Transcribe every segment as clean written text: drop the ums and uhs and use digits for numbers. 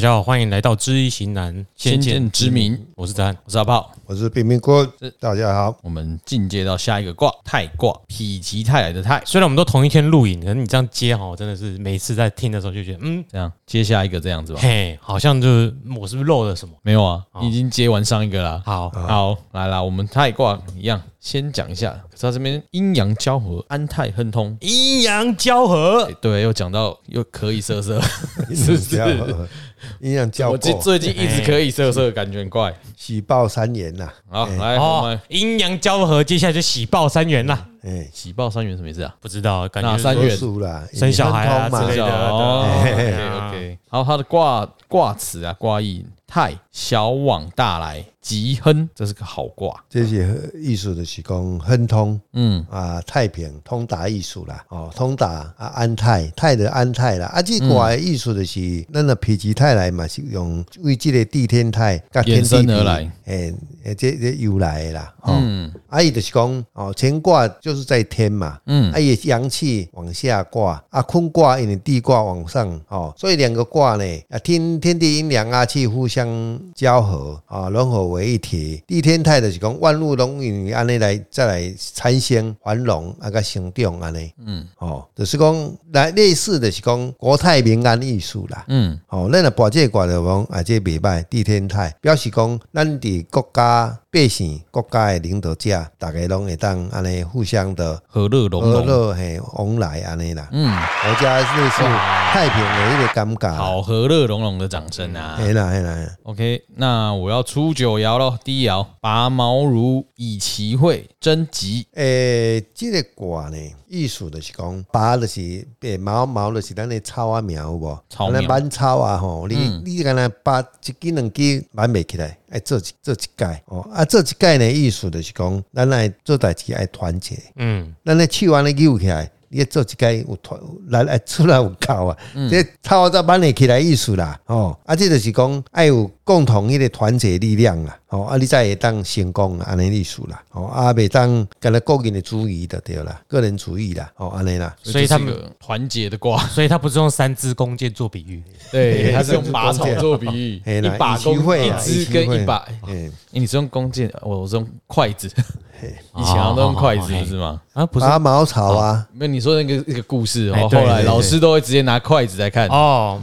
家好，欢迎来到知易行难， 先见之明。 我是詹， 我是阿炮， 我是冰冰哥。大家好， 我们进阶到下一个卦，太卦，否极泰来的泰。 虽然我们都同一天录影，可是你这样接哈，真的是每次在听的时候就觉得， 这样接下一个这样子吧。 嘿，好像就是我是不是漏了什么？ 没有啊，你已经接完上一个啦。 好， 来啦，我们太卦一样，先讲一下。可是他这边阴阳交合，安泰亨通， 阴阳交合。 对，又讲到又可以色色，是不是？ 阴阳交我最近一直可以色色，感觉很怪。 喜报三元呐。 好，来，我们阴阳交合，接下来就喜报三元啦。 喜报三元什么意思啊？ 不知道，感觉哪三元啦， 生小孩啊之类的。 OK， 好，他的卦辞啊，卦意泰，小往大来，吉亨，这是个好卦。 这些意思就是讲亨通，太平通达意思啦，通达啊安泰，泰的安泰啦，这卦的意思就是咱的否极泰来嘛，是用为这个地天泰衍生而来， 这由来的啦，伊就是讲乾卦就是在天嘛，也阳气往下挂，坤卦因为地卦往上，所以两个卦呢，天地阴阳啊气互相交合融合为一体。地天泰就是讲万物拢因为安尼来再来产生繁荣甲成长安尼，就是讲来类似的是讲国泰民安意思啦，咱若拔这卦就讲这袂歹，地天泰表示讲咱伫国家百姓国家的领导者，大家拢会当安尼互相的和乐融融， 往来安尼啦。国家类似太平的一个感觉。 好，和乐融融的掌声啊！ 嘿啦。 OK， 那我要出9爻咯。第一爻，拔毛如以其会，征吉。 这个卦呢，意思就是讲，拔就是毛就是咱的草啊苗有无？ 草苗， 蛮草啊吼，你敢若拔一支两支挽袂起来，爱做一届做一届呢，意思就是讲，咱来做代志爱团结，咱的手安尼扭起来。你做一届有来出来有够啊！这套再挽会起来意思啦，这就是讲爱有共同迄个团结力量啦，你才会当成功啦，安尼意思啦，袂当干那个人的主义就对啦，个人主义啦，安尼啦。 所以他们团结的卦， 所以他不是用3支弓箭做比喻， 对，他是用拔草做比喻，一把弓，一支跟一把。你是用弓箭，我是用筷子。以前都用筷子是吗？ 不是拔毛草啊？ 没有，你说那个故事后来老师都会直接拿筷子来看。 好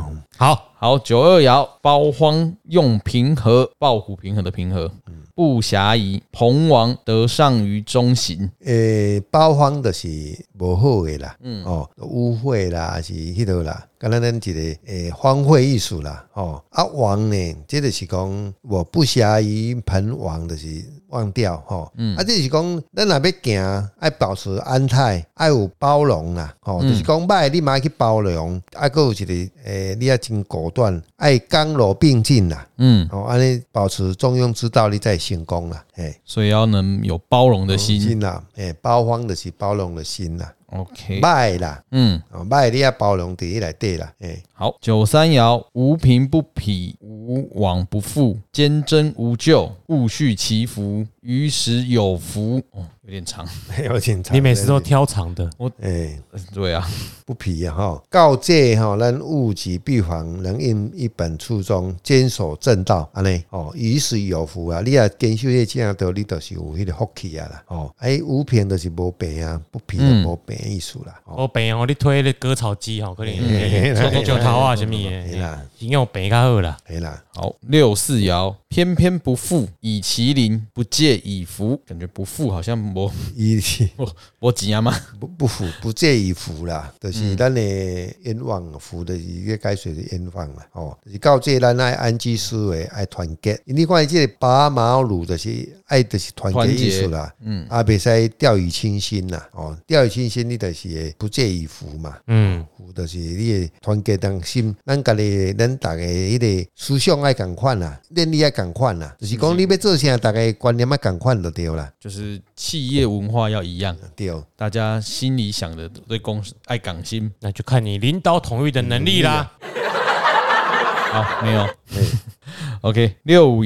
，92爻，包荒用平和，抱虎平和的平和。不暇疑，彭王得上于中行。 包荒就是无好的啦，污秽啦，是迄度啦，敢若咱一个荒废意思啦，王呢，这就是讲我不暇于彭王，就是忘掉这是讲咱若要行，爱保持安泰，爱有包容啦，就是讲歹你嘛去包容，还有一个你要真果断，爱刚柔并进啦，安尼保持中庸之道，你才成功啦， 所以要能有包容的心啦，包荒就是包容的心啦。 OK， 歹啦，歹你要包容伫内底啦。 好，93爻，无贫不匹，无往不富，坚贞无咎，勿恤其福，于时有福。有点长， 有点长。 你每次都挑长的， 对啊， 不皮啊告诫咱物极必防，能应一本初衷，坚守正道，安尼于时有福啊！你也坚守这正道，你就是有迄个福气啊啦。无病就是无病啊，不皮就无病意思啦。 无病你推那割草机可能种头啊什么的，应该有病较好啦。 好，64爻，偏偏不富，以其邻，不借以福。感觉不富好像无钱吗？ 不富不借以福啦，就是咱的愿望福的一个解说的愿望啦。就是告诫咱爱安居思维，爱团结。你看这个拔毛乳就是爱就是团结意思啦。袂使掉以轻心啦。掉以轻心，你就是不借以福嘛。福就是你的团结当心，咱大家迄个思想爱共款啦，念力爱共款啦，就是讲你要做啥，大家观念爱共款就对啦。 就是企业文化要一样， 对， 大家心里想的对公司爱港心， 那就看你领导统御的能力啦。 好，没有。OK，65爻，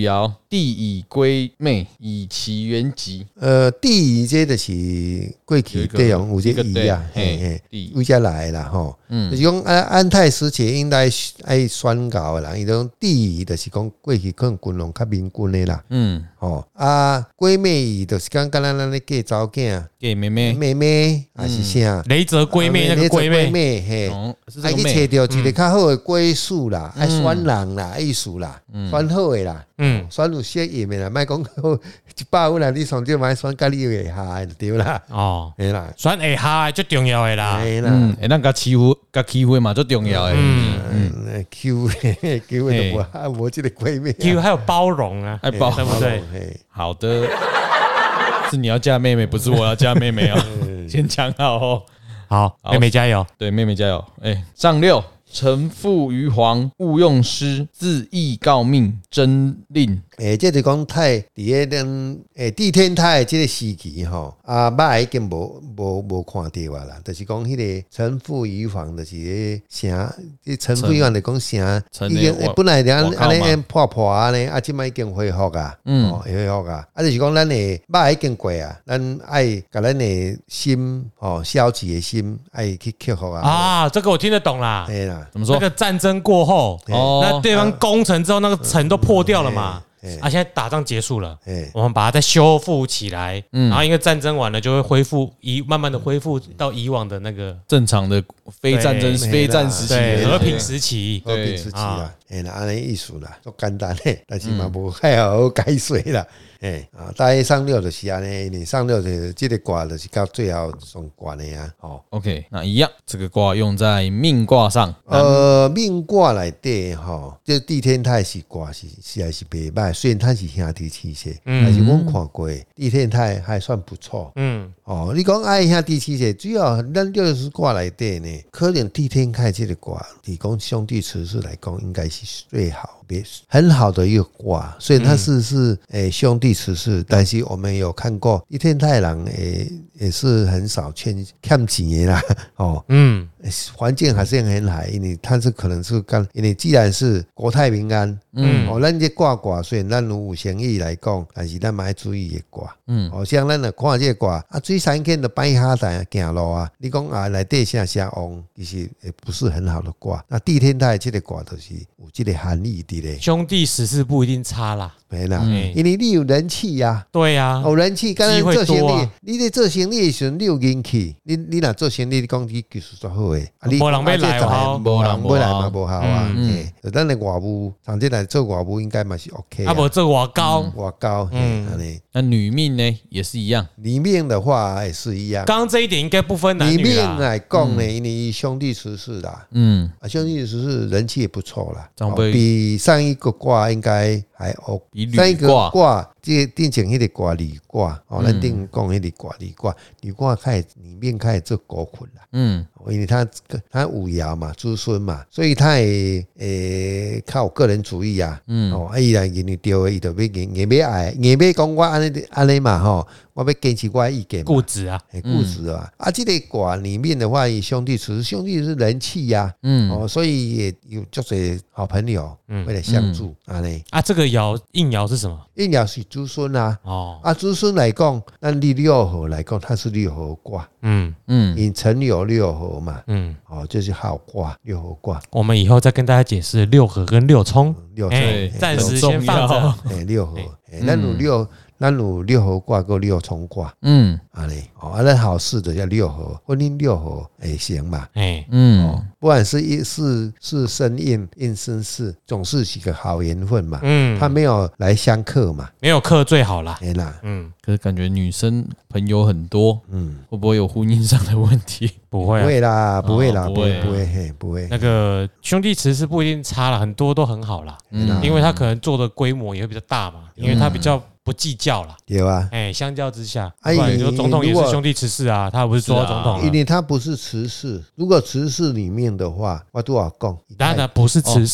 地以归妹，以其原籍。 地这就是过去地方有这义啊，有这来啦吼。就是讲安泰时期应该爱宣告的啦，伊种地就是讲过去可能军容较民军的啦。归妹义就是讲咱咧嫁查某囝， 给妹妹妹妹还是啥？ 雷泽闺妹那个闺妹， 嘿，爱去是这个妹。 找到一个较好的归属啦，爱选人啦，意思啦，选好的啦，选有适应的啦，莫讲100分啦，你上少买选甲你会下就对啦。 哦， 嘿啦， 选会下最重要的啦。 嘿啦， 咱甲欺负嘛最重要的。 Q 就无这个闺蜜 Q 还有包容啊， 爱包对不对？ 好的，是你要嫁妹妹，不是我要嫁妹妹哦。先讲好哦。 好，妹妹加油。 对，妹妹加油。上6，臣父于皇，勿用师，自意告命，真令。 这就讲太伫迄地天太这个时期吼，捌已经无看到啊啦，就是讲迄个臣父于皇，就是城，这臣父于皇就讲城，已经本来安尼破安尼，即摆已经恢复啊，恢复啊，就是讲咱的捌已经过啊，咱爱甲咱的心消极的心爱去克服啊。 啊，这个我听得懂啦。 对啦， 怎么说？ 那个战争过后，那对方攻城之后，那个城都破掉了嘛。现在打仗结束了，我们把它再修复起来，然后因为战争完了就会恢复慢慢的恢复到以往的那个正常的非战争非战时期和平时期， 和平时期啦，安尼意思啦，足简单嘞，但是嘛无太好解说啦。大约上6就是安尼，你上6就是这个卦就是到最后上卦的啊。 OK， 那一样，这个卦用在命卦上。 命卦内底这地天太是卦是还是袂歹，虽然它是兄弟七色，但是我看过地天太还算不错。你讲兄弟七色，主要咱60卦内底呢，可能地天太这个卦，你讲兄弟持世来讲，应该是最好。很好的一个卦，所以它是兄弟持世，但是我们有看过地天太郎也是很少欠钱的啦。环境还是很好，因为它是可能是因为既然是国泰民安，咱这卦虽然咱有生意来讲，但是咱嘛要注意的卦。像咱看这个卦水3间就摆下台行路啊，你讲内底啥旺，其实也不是很好的卦。那地天太这个卦就是有这个含义的咧。 兄弟时事不一定差啦， 没啦，因为你有人气呀。 对呀， 有人气，刚才做生意，你在做生意的时候，你有人气，你若做生意，你讲你技术做好诶， 没人要来好， 没人要来嘛，不好啊。咱的外务，上这来做外务应该嘛是 OK。 无做外交， 那女命呢也是一样， 女命的话也是一样。 刚刚这一点应该不分男女啦。 女命来讲呢，因为兄弟持世啦，兄弟持世人气也不错啦，比上一个卦应该还 OK。上一个卦，这定前迄个卦履卦，咱定讲迄个卦履卦开里面开始做国困啦。因为他有爻嘛，子孙嘛，所以他会靠个人主义啊。伊来认为对的，伊就要硬要爱，硬要讲我安尼嘛我要坚持我的意见嘛。 固执啊， 固执啊。这个卦里面的话，以兄弟持世，兄弟是人气呀。所以也有足多好朋友为了相助安尼。 这个爻应爻是什么？ 应爻是子孙啊。子孙来讲，咱第6合来讲，它是6合卦。因辰有6合嘛。就是好卦，6合卦。 我们以后再跟大家解释6合跟6冲。暂时先放着。 6合，咱有6合卦跟6冲卦。咱好事的叫6合，婚姻6合也行嘛。不管是生印生事，总是一个好缘分嘛。他没有来相克嘛， 没有克最好啦。 可是感觉女生朋友很多，会不会有婚姻上的问题？ 不会啦，不会，不会。 那个兄弟持世不一定差了，很多都很好啦。因为他可能做的规模也会比较大嘛，因为他比较不计较啦。 有啊， 相较之下，你说总统也是兄弟持世啊，他不是做总统， 因为他不是持世。如果持世里面的话，我都要讲， 当然不是持世，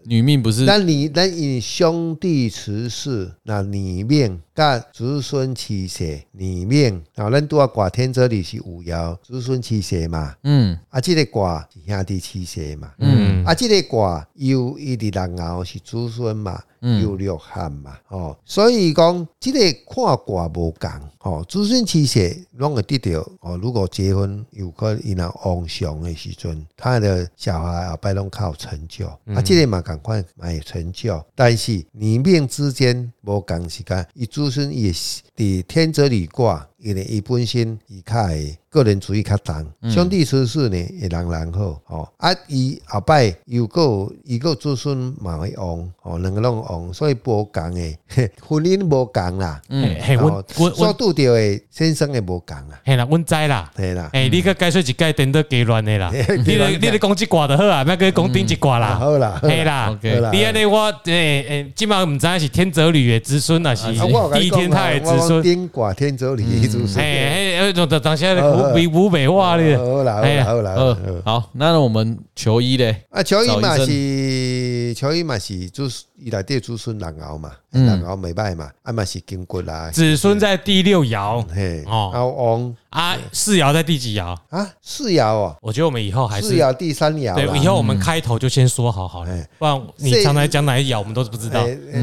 女命不是？ 咱以兄弟持世，那女命甲子孙妻舍，女命啊，咱拄啊卦天泽里是五爻，子孙妻舍嘛，这个卦是兄弟妻舍嘛，这个卦又伊伫六爻是子孙嘛。有六汉嘛，所以讲这个看卦无共，子孙妻舍拢会得到如果结婚有个因那旺相的时阵，他的小孩后摆拢较有成就，这个嘛共款嘛有成就，但是女命之间无共时间，伊子孙伊伫天泽里卦。因为伊本身伊较会个人主义较重，兄弟持世呢会人好，伊后摆又个伊个子孙嘛会旺，两个拢旺，所以无共诶，婚姻无共啦，所拄着诶先生诶无共啦， 嘿啦，阮知啦， 嘿啦， 你个解说一解颠倒鸡乱诶啦，你咧讲即卦就好啊，莫去讲顶一卦啦， 好啦， 嘿啦，你安尼我即马毋知影是天泽履诶子孙，还是地天泰诶子孙， 顶卦天泽履诶子孙。 当下湖北话咧， 好啦， 好，那我们求医咧， 求医嘛是就是伊内底子孙六爻嘛，六爻袂歹嘛，嘛是金骨啦， 子孙在第6爻， 旺 4爻在第几爻啊？4爻哦， 我觉得我们以后还是 4爻第3爻， 对，以后我们开头就先说好了，不然你常常讲哪一爻我们都不知道。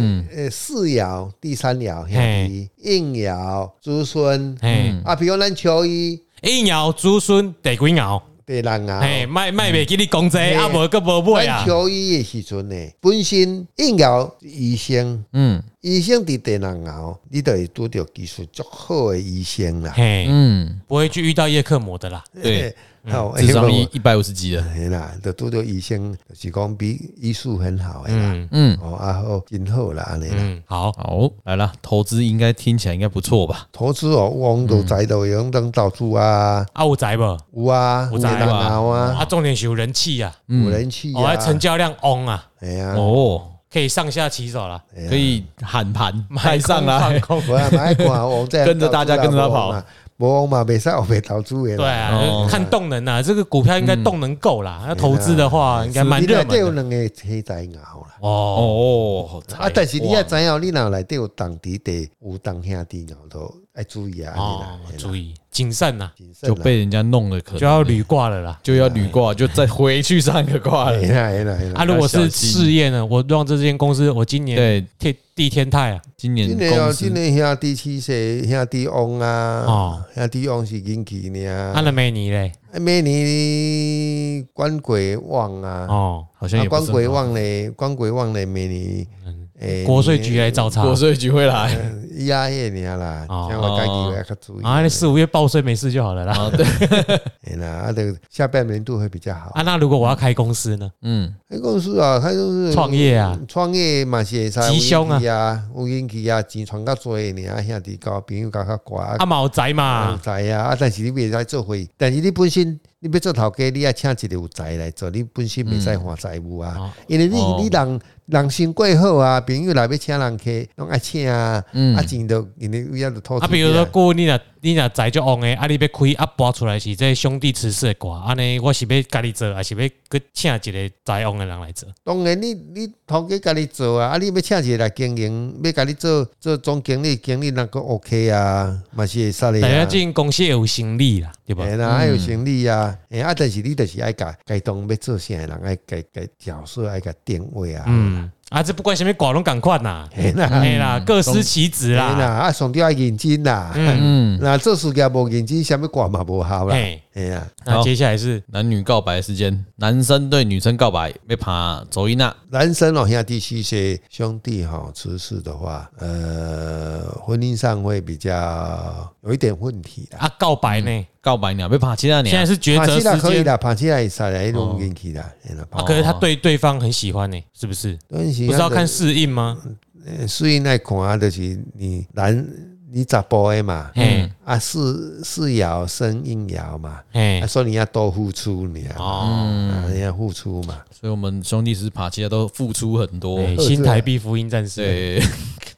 4爻第3爻，应爻子孙，比如咱求医， 应爻子孙第几爻？ 第6爻， 卖袂记你讲这，无个无买啊。 求医的时阵呢，本身应爻医生，医生伫第6爻，你就会拄到技术足好的医生啦， 不会去遇到叶克膜的啦， 对。智商150几的， 啦，就拄到医生，就是讲比医术很好的啦，好，真好啦，安尼啦， 好来啦，投资应该听起来应该不错吧？ 投资往都财都用当到处啊， 有财无？ 有啊， 有财啊， 重点是有人气啊， 有人气啊， 成交量旺啊，可以上下其手了， 可以喊盘卖上来， 跟着大家跟着他跑。 无嘛，袂使后面投资的。 对啊，看动能啊，这个股票应该动能够啦。要投资的话，应该蛮热门的。 有两个黑仔熬啦。但是你也知影，你若内底有当地地有当兄弟熬都要注意啊。 注意谨慎呐， 就被人家弄了，可能就要履挂了啦， 就要履挂，就再回去上一个挂了。 如果是事业呢，我让这间公司，我今年地天泰啊， 今年兄弟七世兄弟旺啊，兄弟旺是引起呢。 那明年嘞？ 明年官鬼旺啊， 好像也官鬼旺嘞，明年。 国税局来找茬， 国税局会来压迄年啦，像我家己要较注意。 那4、5月报税没事就好了啦。 对，下半年度会比较好。 那如果我要开公司呢？ 开公司啊，开公司创业啊， 创业嘛是会使吉凶啊， 有运气啊，钱赚较多呢，兄弟交朋友交较乖。 嘛有财嘛， 有财啊，但是你袂使做伙，但是你本身。你要做头家，你要请一个有财来做，你本身袂使还财务啊。因为你人心过好啊，朋友来要请人客，拢爱请啊，钱都因为有影就拖。 比如说顾你若财就旺诶，你要开拔出来是这兄弟持世的卦，安尼我是要家己做，还是要去请一个财旺的人来做？ 当然你头家家己做啊，你要请一个来经营，要家己做总经理那个 OK 啊，嘛是会使的。 大家这间公司有生理啦，对吧？ 还有生理啊。但是你就是爱该当要做啥人，爱该角色爱该定位啊。 这不管什么卦拢同款呐，啦，各司其职啦。 上吊爱认真啦。那做事业无认真，什么卦嘛无效啦。 那接下来是男女告白时间，男生对女生告白要怕走音啊。 男生兄弟七世兄弟持世的话，婚姻上会比较有一点问题的。 告白呢？ 告白你要怕其他年， 现在是抉择时间， 可以的，怕起来使来弄运气的。 可是他对对方很喜欢呢，是不是？不是要看适应吗？ 适应来看啊，就是你查甫的嘛，四爻生应爻嘛，所以你要多付出，你要付出嘛。 所以我们兄弟是爬起来都付出很多， 新台币福音战士。 对，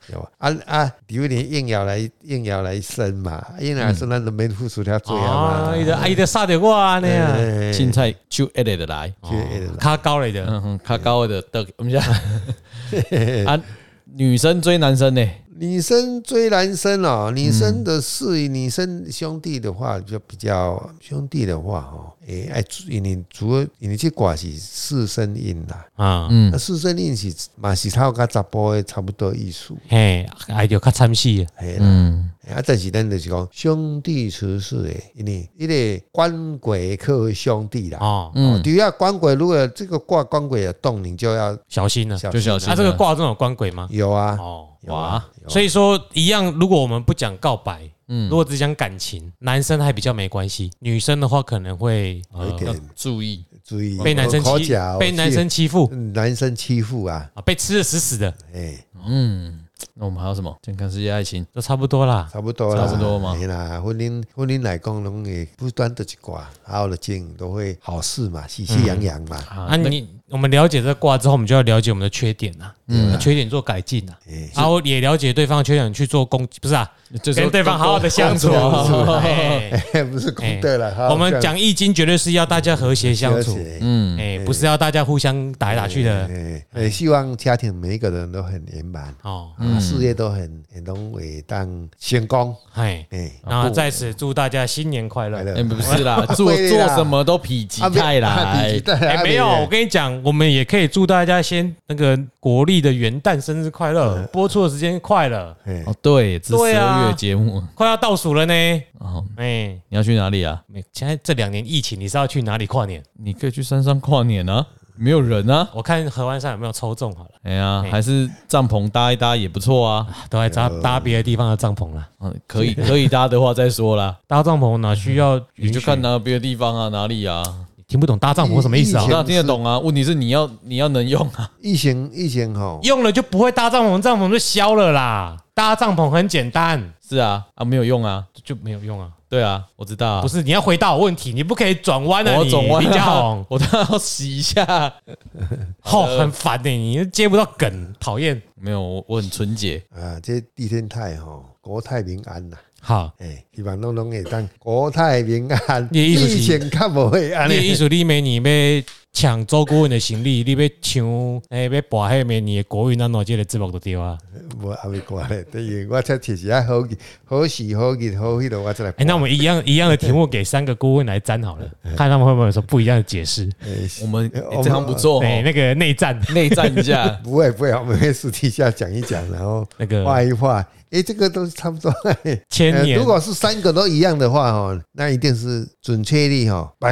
有点硬要来生嘛，硬要来生，咱就免付出了罪啊嘛。 伊就杀掉我啊那样， 凊彩就一个的来， 卡高来的， 卡高的得我们讲啊，女生追男生呢？ 女生追男生哦，女生的事，女生兄弟的话就比较兄弟的话哦，因为这卦是四声印啦，那四声印是嘛是透甲查甫的差不多意思， 嘿，爱就较惨死， 但是咱就是讲兄弟出世的，因为一个官鬼克兄弟啦，对啊，官鬼如果这个卦官鬼有动，你就要小心了， 就小心。 这个卦中有官鬼吗？ 有啊， 哇，所以说一样，如果我们不讲告白，如果只讲感情，男生还比较没关系，女生的话可能会有一点注意被男生欺负， 男生欺负啊， 被吃得死死的， 那我们还有什么健康世界爱情？ 都差不多啦， 差不多嘛。婚姻来讲，拢会不断的一卦，好的经都会好事嘛，喜气洋洋嘛。 我们了解这卦之后，我们就要了解我们的缺点啊，缺点做改进啊，然后也了解对方的缺点去做攻击，不是啊，跟对方好好的相处， 不是功德了。 我们讲易经绝对是要大家和谐相处，不是要大家互相打来打去的。 希望家庭每一个人都很圆满事业都很拢会当成功。 然后在此祝大家新年快乐。 不是啦，做什么都否极泰来。 没有，我跟你讲，我们也可以祝大家先那个国历的元旦生日快乐。播出的时间快了， 对，这12月节目快要倒数了呢。 你要去哪里啊？ 现在这2年疫情，你是要去哪里跨年？ 你可以去山上跨年啊。没有人啊， 我看合欢山有没有抽中好了。 哎呀，还是帐篷搭一搭也不错啊， 都来搭别的地方的帐篷啦。 可以搭的话再说啦。 搭帐篷哪需要？ 你就看哪别的地方啊，哪里啊？ 听不懂搭帐篷什么意思啊？ 我听得懂啊，问题是你要能用啊。 疫情哈， 用了就不会搭帐篷，帐篷就消了啦。搭帐篷很简单， 是啊，没有用啊， 就没有用啊。 对啊，我知道啊。 不是，你要回答我问题，你不可以转弯啊！ 我转弯， 李家宏， 我都要洗一下。 很烦欸，你接不到梗，讨厌。 没有，我很纯洁啊。这地天泰国泰民安呐。 好， 希望拢会当国泰民安。 疫情较无会安。 你意思你明年要抢周国文的行李，你要抢要博迄明年的国运，咱哪这个节目就对啊。 我还没过嘞，等于我才提起来好时好日好迄个我再来。 那我们一样的题目给3个顾问来占好了，看他们会不会有说不一样的解释。 我们这样不错， 那个内战一下。 不会，我们会私底下讲一讲，然后那个画一画。这个都是差不多。 1000年， 如果是3个都一样的话那一定是准确率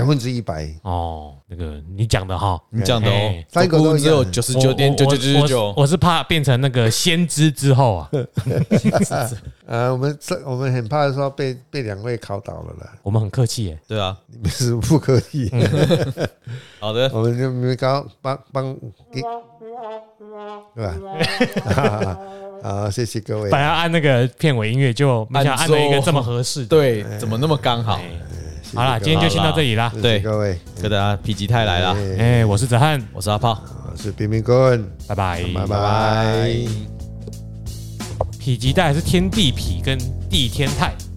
100%。 那个你讲的你讲的 3个都只有99.9999。 我是怕变成那个先知之后啊。 我们很怕说被2位考倒了啦。 我们很客气耶。 对啊， 你们是不客气。 好的， 我们就没搞帮对吧？好，谢谢各位。 本来要按那个片尾音乐，就没想按了一个这么合适。 对，怎么那么刚好？ 好啦，今天就先到这里啦。 对，各位， 跟大家否极泰来啦。 我是子翰， 我是阿炮， 我是冰冰哥， 拜拜， 拜拜。 否极泰还是天地否跟地天泰。